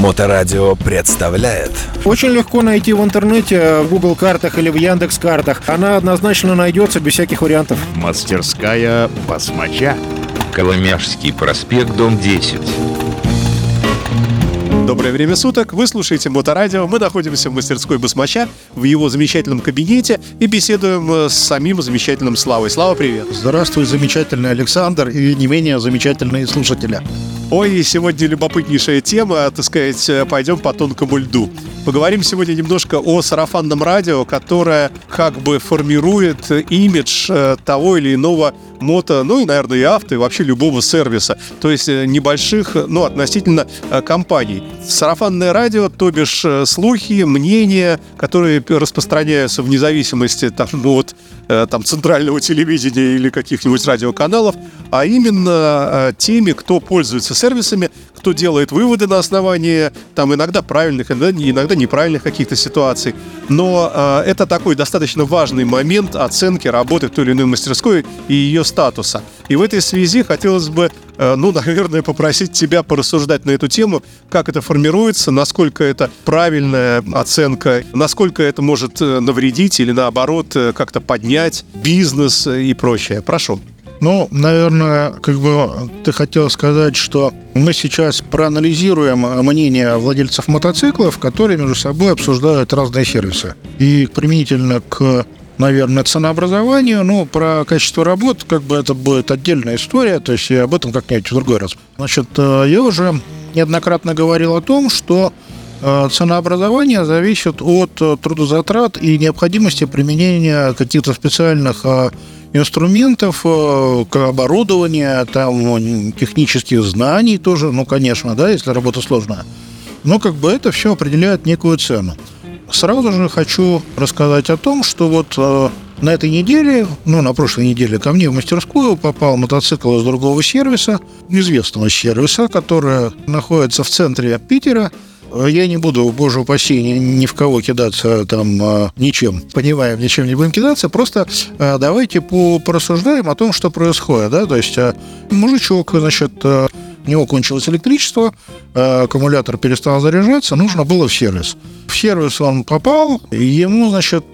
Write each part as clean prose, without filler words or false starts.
Моторадио представляет. Очень легко найти в интернете, в Google картах или в Яндекс картах. Она однозначно найдется без всяких вариантов. Мастерская басмача. Коломяжский проспект, дом 10. Доброе время суток, вы слушаете Моторадио. Мы находимся в мастерской басмача, в его замечательном кабинете и беседуем с самим замечательным Славой. Слава, привет! Здравствуй, замечательный Александр и не менее замечательные слушатели. Ой, сегодня любопытнейшая тема, так сказать, пойдем по тонкому льду. Поговорим сегодня немножко о сарафанном радио, которое как бы формирует имидж того или иного мото, ну и, наверное, и авто, и вообще любого сервиса, то есть небольших, относительно компаний. Сарафанное радио, то бишь слухи, мнения, которые распространяются вне зависимости от центрального телевидения или каких-нибудь радиоканалов, а именно теми, кто пользуется сервисами, кто делает выводы на основании иногда правильных, иногда неправильных каких-то ситуаций. Но это такой достаточно важный момент оценки работы той или иной мастерской и ее статуса. И в этой связи хотелось бы, наверное, попросить тебя порассуждать на эту тему, как это формируется, насколько это правильная оценка, насколько это может навредить или, наоборот, как-то поднять бизнес и прочее. Прошу. Наверное, ты хотел сказать, что мы сейчас проанализируем мнение владельцев мотоциклов, которые между собой обсуждают разные сервисы. И применительно к, наверное, ценообразованию, про качество работ, это будет отдельная история, то есть я об этом как-нибудь в другой раз. Я уже неоднократно говорил о том, что ценообразование зависит от трудозатрат и необходимости применения каких-то специальных инструментов, оборудования, технических знаний тоже, конечно, если работа сложная. Но это все определяет некую цену. Сразу же хочу рассказать о том, что на этой неделе, на прошлой неделе ко мне в мастерскую попал мотоцикл из другого сервиса, известного сервиса, который находится в центре Питера. Я не буду, боже упаси, ни в кого кидаться ничем. Понимаем, ничем не будем кидаться. Просто давайте порассуждаем о том, что происходит. Да? То есть мужичок, у него кончилось электричество, аккумулятор перестал заряжаться, нужно было в сервис. В сервис он попал, ему,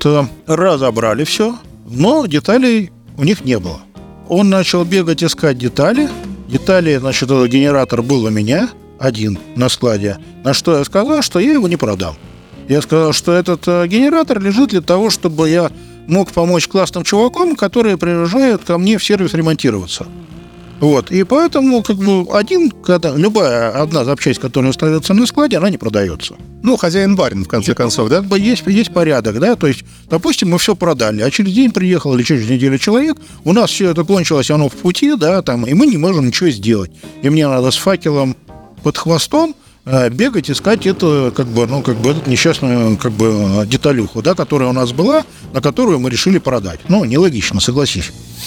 разобрали все, но деталей у них не было. Он начал бегать, искать детали. Детали, этот генератор был у меня один на складе, на что я сказал, что я его не продам. Я сказал, что этот генератор лежит для того, чтобы я мог помочь классным чувакам, которые приезжают ко мне в сервис ремонтироваться. И поэтому любая одна запчасть, которая остается на складе, она не продается. Хозяин-барин, в конце концов, да? Есть порядок, да? То есть, допустим, мы все продали, а через день приехал или через неделю человек, у нас все это кончилось, оно в пути, да, и мы не можем ничего сделать. И мне надо с факелом под хвостом бегать, искать эту, эту несчастную, деталюху, да, которая у нас была, на которую мы решили продать. Нелогично, согласись.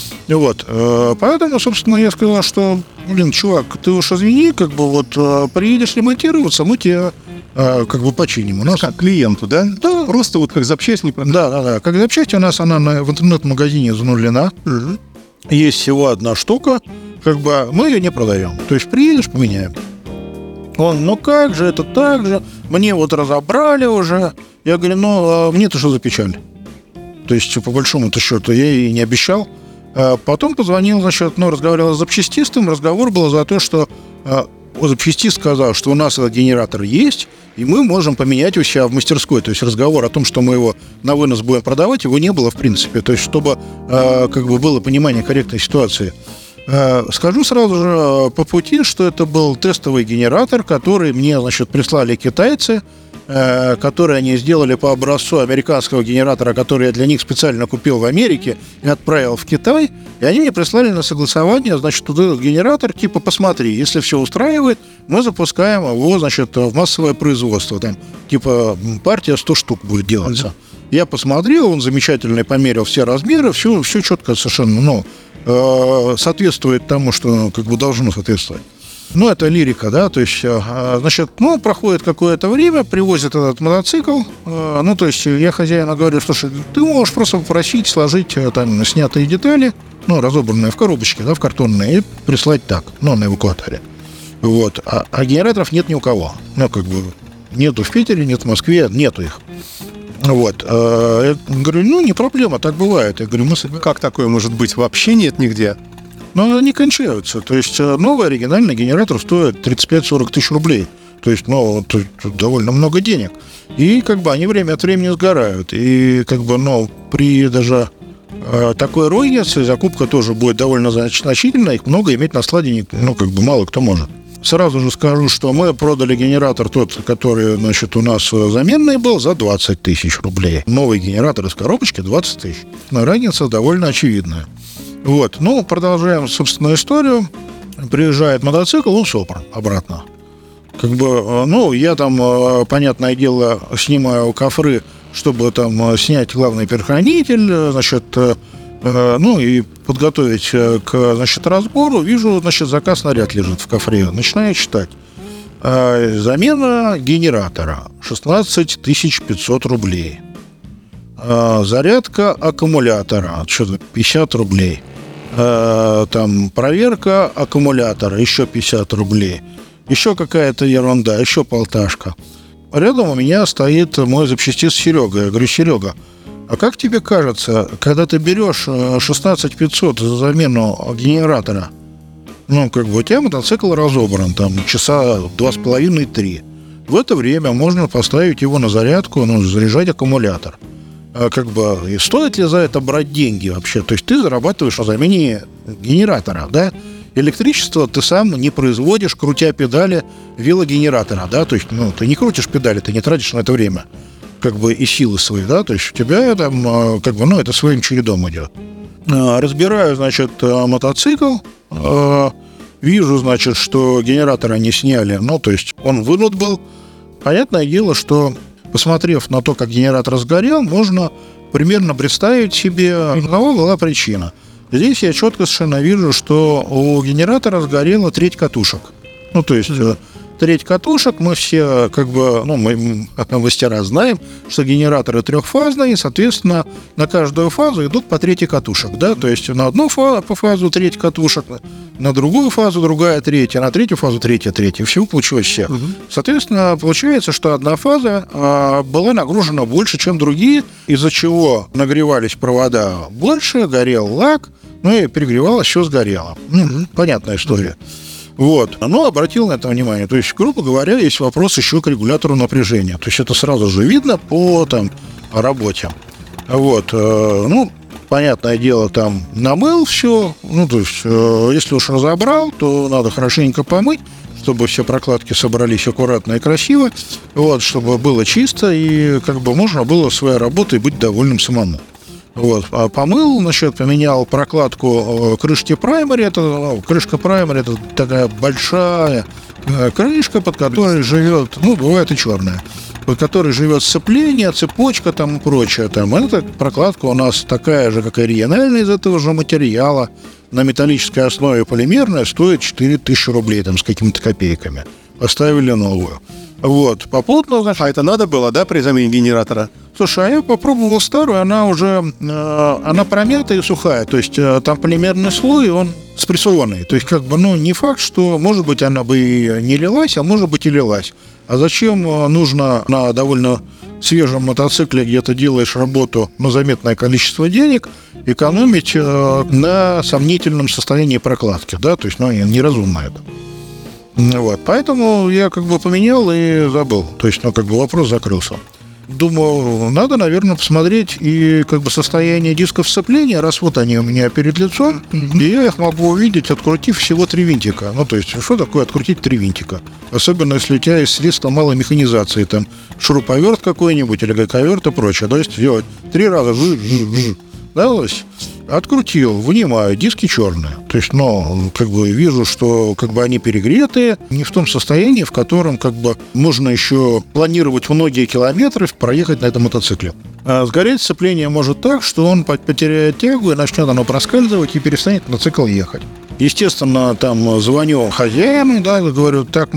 Поэтому, собственно, я сказал, что, чувак, ты уж извини, приедешь ремонтироваться, мы тебя, починим. У нас как клиенту, да? Да. Просто как запчасть не продать. Да. Как запчасть у нас она в интернет-магазине занулена. Угу. Есть всего одна штука, мы ее не продаем. То есть приедешь, поменяем. Он, как же, это так же, мне разобрали уже. Я говорю, мне-то что за печаль? То есть, по большому-то счету, я и не обещал. Потом позвонил, разговаривал с запчастистом, разговор был за то, что запчастист сказал, что у нас этот генератор есть, и мы можем поменять его себя в мастерской. То есть разговор о том, что мы его на вынос будем продавать, его не было в принципе. То есть, чтобы было понимание корректной ситуации. Скажу сразу же по пути, что это был тестовый генератор, который мне, прислали китайцы, который они сделали по образцу американского генератора, который я для них специально купил в Америке и отправил в Китай. И они мне прислали на согласование, вот этот генератор, посмотри, если все устраивает, мы запускаем его, в массовое производство. Партия 100 штук будет делаться. Я посмотрел, он замечательный, померил все размеры, все четко совершенно, соответствует тому, что должно соответствовать. Это лирика, да, то есть, проходит какое-то время, привозят этот мотоцикл, то есть, я хозяину говорю, слушай, ты можешь просто попросить сложить снятые детали, разобранные в коробочке, да, в картонные, и прислать так, на эвакуаторе. Вот. А генераторов нет ни у кого. Ну, как бы, нету в Питере, нет в Москве, нету их. Вот. Я говорю, не проблема, так бывает. Я говорю, Как такое может быть? Вообще нет нигде? Но они кончаются. То есть новый оригинальный генератор стоит 35-40 тысяч рублей. То есть, это довольно много денег. И как бы они время от времени сгорают. И как бы, при даже такой рознице закупка тоже будет довольно значительная. Их много иметь на складе, мало кто может. Сразу же скажу, что мы продали генератор тот, который, у нас заменный был, за 20 тысяч рублей. Новый генератор из коробочки 20 тысяч. Но разница довольно очевидная. Вот. Продолжаем, собственно, историю. Приезжает мотоцикл, он сопр обратно. Я там, понятное дело, снимаю кофры, чтобы там снять главный предохранитель, и подготовить к, разбору. Вижу, заказ снаряд лежит в кофре. Начинаю читать. Замена генератора 16 500 рублей. Зарядка аккумулятора 50 рублей. Проверка аккумулятора еще 50 рублей. Еще какая-то ерунда, еще полташка. Рядом у меня стоит мой запчастист Серега. Я говорю, Серега, а как тебе кажется, когда ты берешь 16 500 за замену генератора, у тебя мотоцикл разобран, часа 2,5-3. В это время можно поставить его на зарядку, заряжать аккумулятор. И стоит ли за это брать деньги вообще? То есть ты зарабатываешь на замене генератора, да? Электричество ты сам не производишь, крутя педали велогенератора, да? То есть, ты не крутишь педали, ты не тратишь на это время, и силы свои, да? То есть у тебя это своим чередом идет. Разбираю, мотоцикл, вижу, что генератор они сняли, то есть он вынут был. Понятное дело, что, посмотрев на то, как генератор сгорел, можно примерно представить себе, какова была причина. Здесь я четко совершенно вижу, что у генератора сгорела треть катушек. Треть катушек, мы все, мы мастера знаем, что генераторы трехфазные, и, соответственно, на каждую фазу идут по трети катушек, да, то есть на одну фазу треть катушек, на другую фазу другая третья, на третью фазу третья. Всего получилось все. Соответственно, получается, что одна фаза была нагружена больше, чем другие, из-за чего нагревались провода больше, горел лак, и перегревалось, все сгорело. Понятная история. Обратил на это внимание. То есть, грубо говоря, есть вопрос еще к регулятору напряжения. То есть это сразу же видно по работе. Понятное дело, намыл все. То есть, если уж разобрал, то надо хорошенько помыть, чтобы все прокладки собрались аккуратно и красиво, чтобы было чисто и можно было своей работой быть довольным самому. Помыл, поменял прокладку крышки праймари. Крышка праймари — это такая большая крышка, под которой живет, бывает и черная, под которой живет сцепление, цепочка и прочее. Эта прокладка у нас такая же, как и оригинальная, из этого же материала, на металлической основе полимерная, стоит 4000 рублей с какими-то копейками. Поставили новую. Попутно... А это надо было, да, при замене генератора? Слушай, а я попробовал старую, она уже промятая и сухая. То есть там полимерный слой, он спрессованный. То есть не факт, что, может быть, она бы и не лилась, а может быть и лилась. А зачем нужно на довольно свежем мотоцикле, где ты делаешь работу на заметное количество денег, экономить на сомнительном состоянии прокладки, да? То есть, неразумно это. Поэтому я поменял и забыл. То есть, вопрос закрылся. Думаю, надо, наверное, посмотреть и состояние дисков сцепления, раз они у меня перед лицом, и я их могу увидеть, открутив всего 3 винтика. То есть, что такое открутить 3 винтика? Особенно, если у тебя есть средства малой механизации, шуруповерт какой-нибудь или гайковерт и прочее. То есть, сделать 3 раза удалось, открутил, вынимаю, диски черные. То есть, вижу, что они перегретые, не в том состоянии, в котором можно еще планировать многие километры проехать на этом мотоцикле. А сгореть сцепление может так, что он потеряет тягу и начнет оно проскальзывать и перестанет мотоцикл ехать. Естественно, звоню хозяину, говорю, так,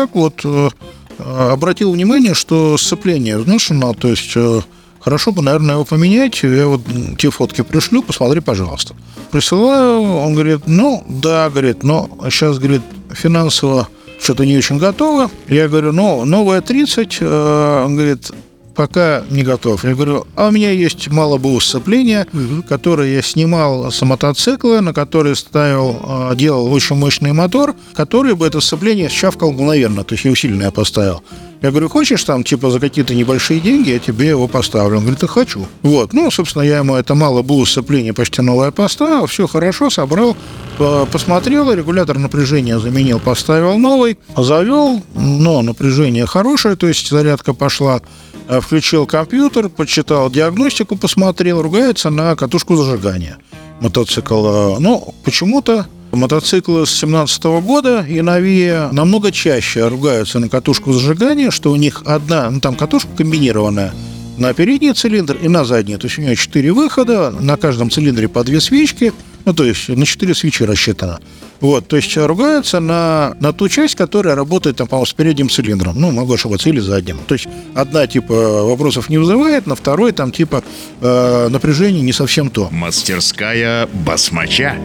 обратил внимание, что сцепление изношено, то есть хорошо бы, наверное, его поменять. Я те фотки пришлю, посмотри, пожалуйста. Присылаю, он говорит, да, но сейчас, финансово что-то не очень готово. Я говорю, новая 30, он говорит, пока не готов. Я говорю, а у меня есть Malibu сцепление, которое я снимал с мотоцикла, на который делал очень мощный мотор, который бы это сцепление щавкал мгновенно, то есть я усиленное поставил. Я говорю, хочешь там, за какие-то небольшие деньги, я тебе его поставлю? Он говорит, да хочу. Собственно, я ему это Malibu сцепление почти новое поставил, все хорошо, собрал, посмотрел, регулятор напряжения заменил, поставил новый, завел, но напряжение хорошее, то есть зарядка пошла. Включил компьютер, почитал диагностику, посмотрел, ругается на катушку зажигания. Мотоцикл. Почему-то мотоциклы с 2017 года и новее намного чаще ругаются на катушку зажигания, что у них одна, там катушка комбинированная на передний цилиндр и на задний. То есть у нее 4 выхода, на каждом цилиндре по 2 свечки, то есть на 4 свечи рассчитано. То есть ругаются на ту часть, которая работает, по-моему, с передним цилиндром. Могу ошибаться, или задним. То есть одна, вопросов не вызывает, на второй, напряжение не совсем то. Мастерская басмача.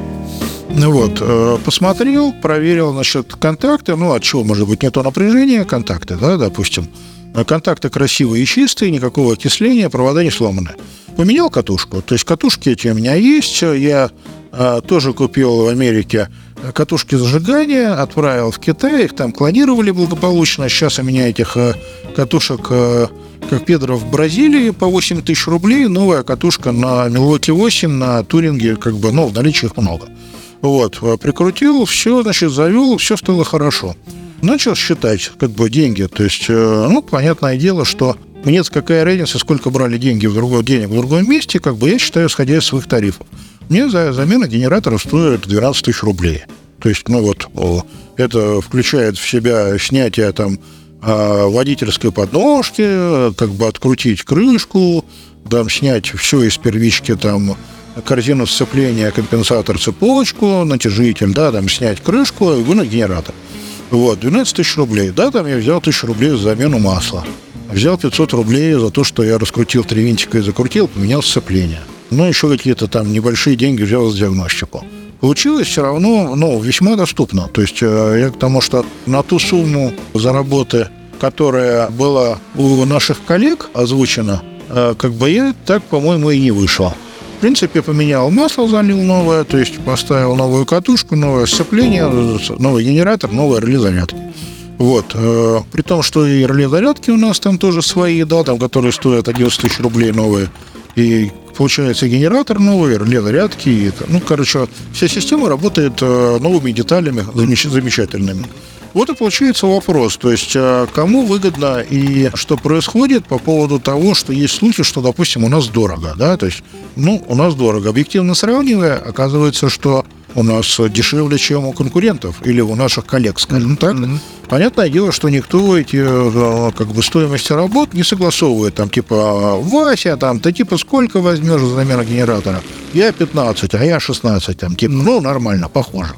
Посмотрел, проверил насчет контакта. От чего может быть не то напряжение? Контакты, да, допустим. Контакты красивые и чистые, никакого окисления, провода не сломаны. Поменял катушку. То есть катушки эти у меня есть. Я тоже купил в Америке катушки зажигания, отправил в Китай, их там клонировали благополучно. Сейчас у меня этих катушек, как Педро в Бразилии, по 8 тысяч рублей. Новая катушка на Milwaukee 8, на Туринге, в наличии их много. Прикрутил, все, завел, все стало хорошо. Начал считать, деньги. То есть, понятное дело, что мне какая разница, сколько брали денег в другом месте, я считаю, исходя из своих тарифов. Мне замена генератора стоит 12 тысяч рублей. То есть, это включает в себя снятие водительской подножки, открутить крышку, снять все из первички, корзину сцепления, компенсатор, цепочку, натяжитель, снять крышку и вынуть генератор. 12 тысяч рублей. Я взял 1000 рублей за замену масла. Взял 500 рублей за то, что я раскрутил 3 винтика и закрутил, поменял сцепление. Еще какие-то небольшие деньги взял за диагностику. Получилось все равно, весьма доступно. То есть я к тому, что на ту сумму за работы, которая была у наших коллег озвучена, я так, по-моему, и не вышел. В принципе, поменял масло, залил новое, то есть поставил новую катушку, новое сцепление, новый генератор, новые реле зарядки. При том, что и реле зарядки у нас там тоже свои, которые стоят 11 тысяч рублей новые. И получается генератор новый, реле зарядки. Вся система работает новыми деталями замечательными. И получается вопрос, то есть кому выгодно и что происходит по поводу того, что есть случаи, что, допустим, у нас дорого, да, то есть, у нас дорого. Объективно сравнивая, оказывается, что у нас дешевле, чем у конкурентов или у наших коллег, скажем так. Понятное дело, что никто эти стоимости работ не согласовывает. Вася, ты сколько возьмешь за замену генератора? Я 15, а я 16. Нормально, похоже.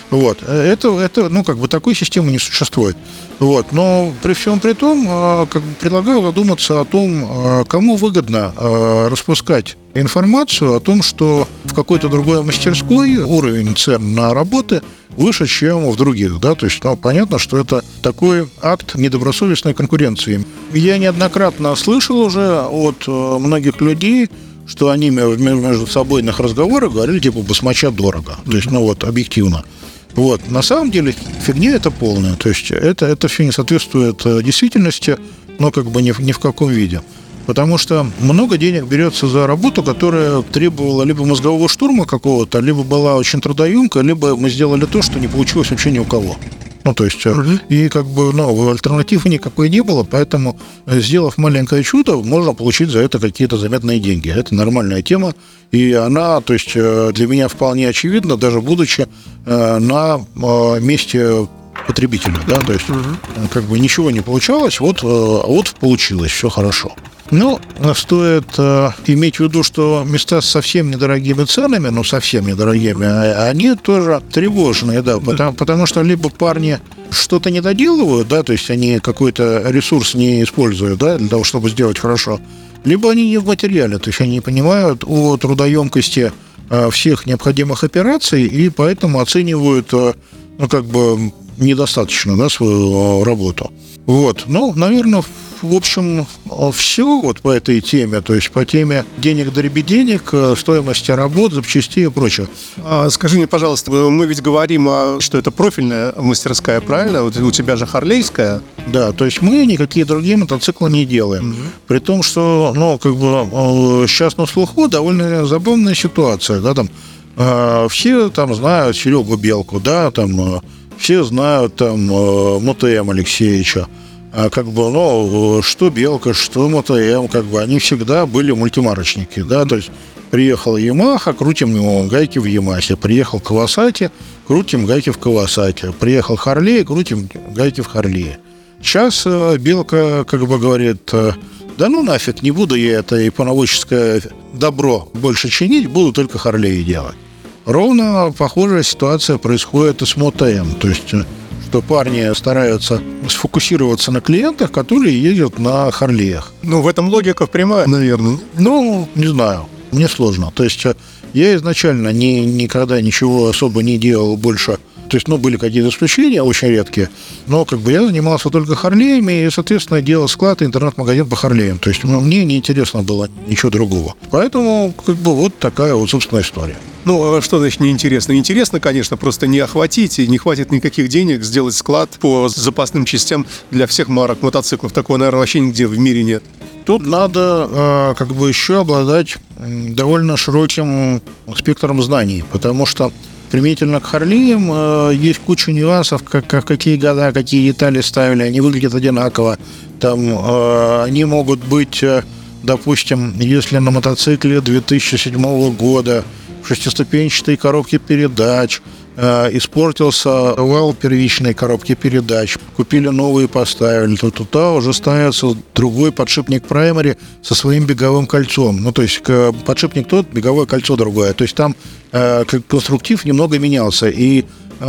Это такой системы не существует. Но при всем при том, предлагаю задуматься о том, кому выгодно распускать информацию о том, что в какой-то другой мастерской уровень цен на работы выше, чем в других, да, то есть, понятно, что это такой акт недобросовестной конкуренции. Я неоднократно слышал уже от многих людей, что они между собойных разговорах говорили, басмача дорого, то есть, объективно. На самом деле фигня это полная, то есть это все не соответствует действительности, но ни в каком виде. Потому что много денег берется за работу, которая требовала либо мозгового штурма какого-то, либо была очень трудоемкая, либо мы сделали то, что не получилось вообще ни у кого. И альтернативы никакой не было, поэтому, сделав маленькое чудо, можно получить за это какие-то заметные деньги. Это нормальная тема, и она, то есть, для меня вполне очевидна, даже будучи на месте потребителя, да, то есть, ничего не получалось, получилось, все хорошо. Стоит иметь в виду, что места с совсем недорогими ценами, совсем недорогими, они тоже тревожные, да, потому что либо парни что-то не доделывают, да, то есть они какой-то ресурс не используют, да, для того, чтобы сделать хорошо, либо они не в материале, то есть они не понимают о трудоемкости всех необходимых операций и поэтому оценивают недостаточно, да, свою работу. Вот. Ну, наверное, в общем, все вот по этой теме, то есть по теме денег, денег, стоимости работ, запчастей и прочее. Скажи мне, пожалуйста, мы ведь говорим, что это профильная мастерская, правильно? Вот у тебя же харлейская. Да, то есть мы никакие другие мотоциклы не делаем. При том, что, сейчас на слуху довольно забавная ситуация, да, там все там знают Серегу Белку, да, там все знают там МТМ Алексеевича. Что Белка, что МТМ, они всегда были мультимарочники, да, то есть приехал Ямаха, крутим гайки в Ямахе, приехал Кавасати, крутим гайки в Кавасати, приехал Харлей, крутим гайки в Харлее. Сейчас Белка говорит: да ну нафиг, не буду я это ипановодческое добро больше чинить, буду только Харлеи делать. Ровно похожая ситуация происходит и с МТМ, то есть что парни стараются сфокусироваться на клиентах, которые ездят на Харлеях. В этом логика прямая, наверное. Не знаю, мне сложно. То есть я изначально никогда ничего особо не делал больше. То есть, были какие-то исключения, очень редкие, но я занимался только Харлеями и, соответственно, делал склад и интернет-магазин по Харлеям. То есть мне не интересно было ничего другого. Поэтому вот такая вот, собственно, история. Что значит неинтересно? Интересно, конечно, просто не охватить, и не хватит никаких денег сделать склад по запасным частям для всех марок мотоциклов. Такого, наверное, вообще нигде в мире нет. Тут надо еще обладать довольно широким спектром знаний, потому что применительно к Харлеям есть куча нюансов, как какие года, какие детали ставили, они выглядят одинаково. Там они могут быть, допустим, если на мотоцикле 2007 года в шестиступенчатой коробке передач испортился вал первичной коробки передач, купили новые, поставили, то туда уже ставится другой подшипник праймари со своим беговым кольцом. То есть подшипник тот, беговое кольцо другое. То есть там конструктив немного менялся. И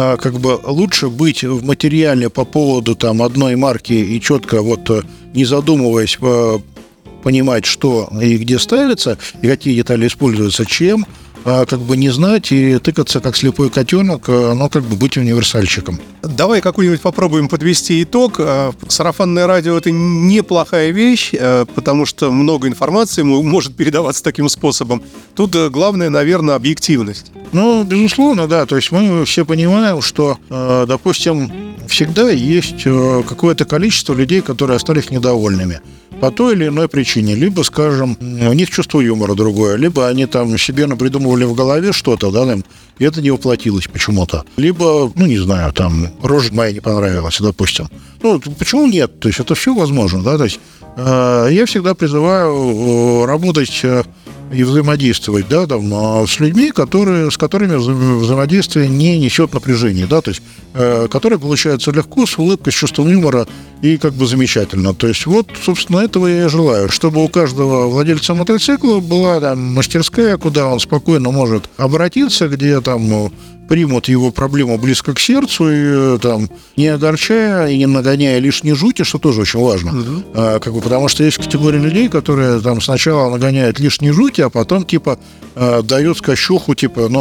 лучше быть в материале по поводу одной марки и четко не задумываясь понимать, что и где ставится, и какие детали используются, чем не знать и тыкаться как слепой котенок, но быть универсальщиком. Давай какую-нибудь попробуем подвести итог. Сарафанное радио — это неплохая вещь, потому что много информации может передаваться таким способом. Тут главное, наверное, объективность. Безусловно, да. То есть мы все понимаем, что, допустим, всегда есть какое-то количество людей, которые остались недовольными по той или иной причине. Либо, скажем, у них чувство юмора другое, либо они себе напридумывали в голове что-то, да, и это не воплотилось почему-то. Либо, не знаю, рожа моя не понравилась, допустим. Почему нет? То есть это все возможно, да. То есть я всегда призываю работать и взаимодействовать, да, с людьми, с которыми взаимодействие не несет напряжения, да, то есть которые получаются легко, с улыбкой, с чувством юмора и замечательно. То есть собственно, этого я и желаю, чтобы у каждого владельца мотоцикла была мастерская, куда он спокойно может обратиться, где примут его проблему близко к сердцу и не огорчая и не нагоняя лишней жути, что тоже очень важно. Потому что есть категория людей, которые сначала нагоняют лишней жути, а потом дают скачуху,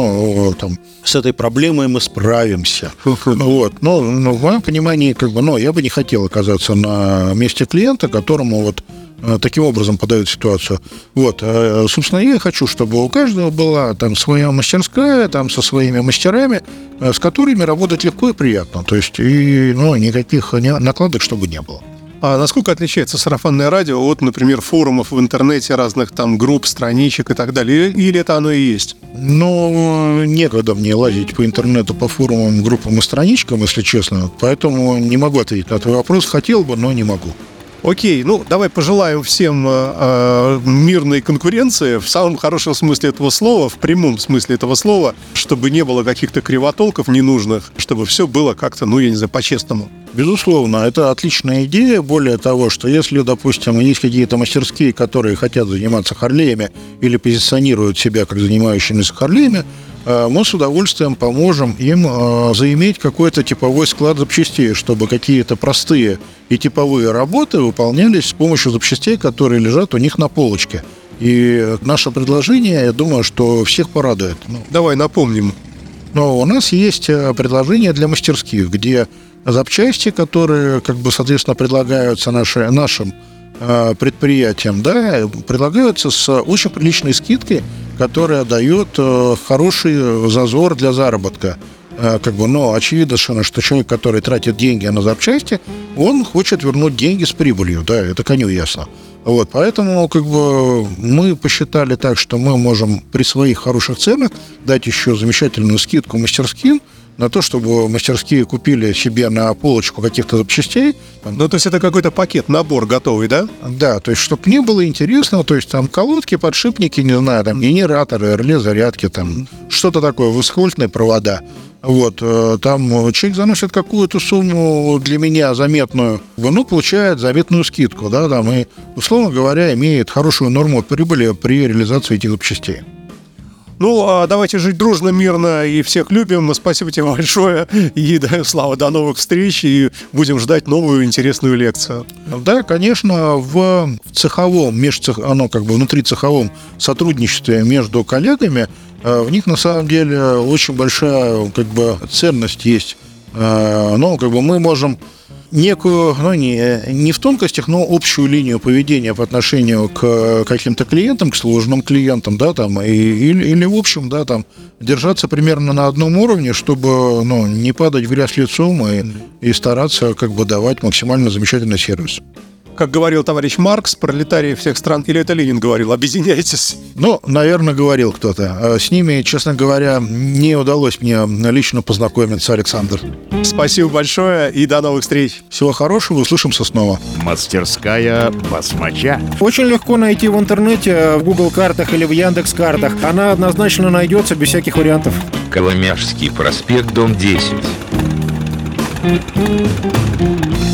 с этой проблемой мы справимся. Но в моем понимании, я бы не хотел оказаться на месте клиента, которому таким образом подают ситуацию. Собственно, я хочу, чтобы у каждого была своя мастерская, со своими мастерами, с которыми работать легко и приятно. То есть, никаких накладок, чтобы не было. А насколько отличается сарафанное радио от, например, форумов в интернете, разных групп, страничек и так далее? Или это оно и есть? Некогда мне лазить по интернету, по форумам, группам и страничкам, если честно. Поэтому не могу ответить на твой вопрос. Хотел бы, но не могу. Окей, давай пожелаем всем мирной конкуренции в самом хорошем смысле этого слова, в прямом смысле этого слова, чтобы не было каких-то кривотолков ненужных, чтобы все было как-то, по-честному. Безусловно, это отличная идея. Более того, что если, допустим, есть какие-то мастерские, которые хотят заниматься Харлеями или позиционируют себя как занимающимися Харлеями, мы с удовольствием поможем им заиметь какой-то типовой склад запчастей, чтобы какие-то простые и типовые работы выполнялись с помощью запчастей, которые лежат у них на полочке. И наше предложение, я думаю, что всех порадует. Давай напомним. Но у нас есть предложения для мастерских, где запчасти, которые, соответственно, предлагаются нашим предприятиям, да, предлагаются с очень приличной скидкой, которая дает хороший зазор для заработка. Но очевидно совершенно, что человек, который тратит деньги на запчасти, он хочет вернуть деньги с прибылью, да, это коню ясно. Поэтому мы посчитали так, что мы можем при своих хороших ценах дать еще замечательную скидку мастерским на то, чтобы мастерские купили себе на полочку каких-то запчастей. То есть это какой-то пакет, набор готовый, да? Да, то есть чтобы мне было интересно, то есть там колодки, подшипники, не знаю, там генераторы, реле, зарядки, там что-то такое, высоковольтные провода. Там человек заносит какую-то сумму для меня заметную, получает заметную скидку, да, там, и, условно говоря, имеет хорошую норму прибыли при реализации этих запчастей. Давайте жить дружно, мирно и всех любим. Спасибо тебе большое. И, Слава, до новых встреч. И будем ждать новую интересную лекцию. Да, конечно, в цеховом, внутрицеховом сотрудничестве между коллегами в них, на самом деле, очень большая ценность есть. Мы можем некую, не в тонкостях, но общую линию поведения по отношению к каким-то клиентам, к сложным клиентам, да, там, или в общем, да, там, держаться примерно на одном уровне, чтобы, не падать в грязь лицом и стараться, давать максимально замечательный сервис. Как говорил товарищ Маркс, пролетарии всех стран, или это Ленин говорил, объединяйтесь. Наверное, говорил кто-то. С ними, честно говоря, не удалось мне лично познакомиться, Александр. Спасибо большое и до новых встреч. Всего хорошего, услышимся снова. Мастерская Басмача. Очень легко найти в интернете, в Google картах или в Яндекс картах. Она однозначно найдется без всяких вариантов. Коломяжский проспект, дом 10.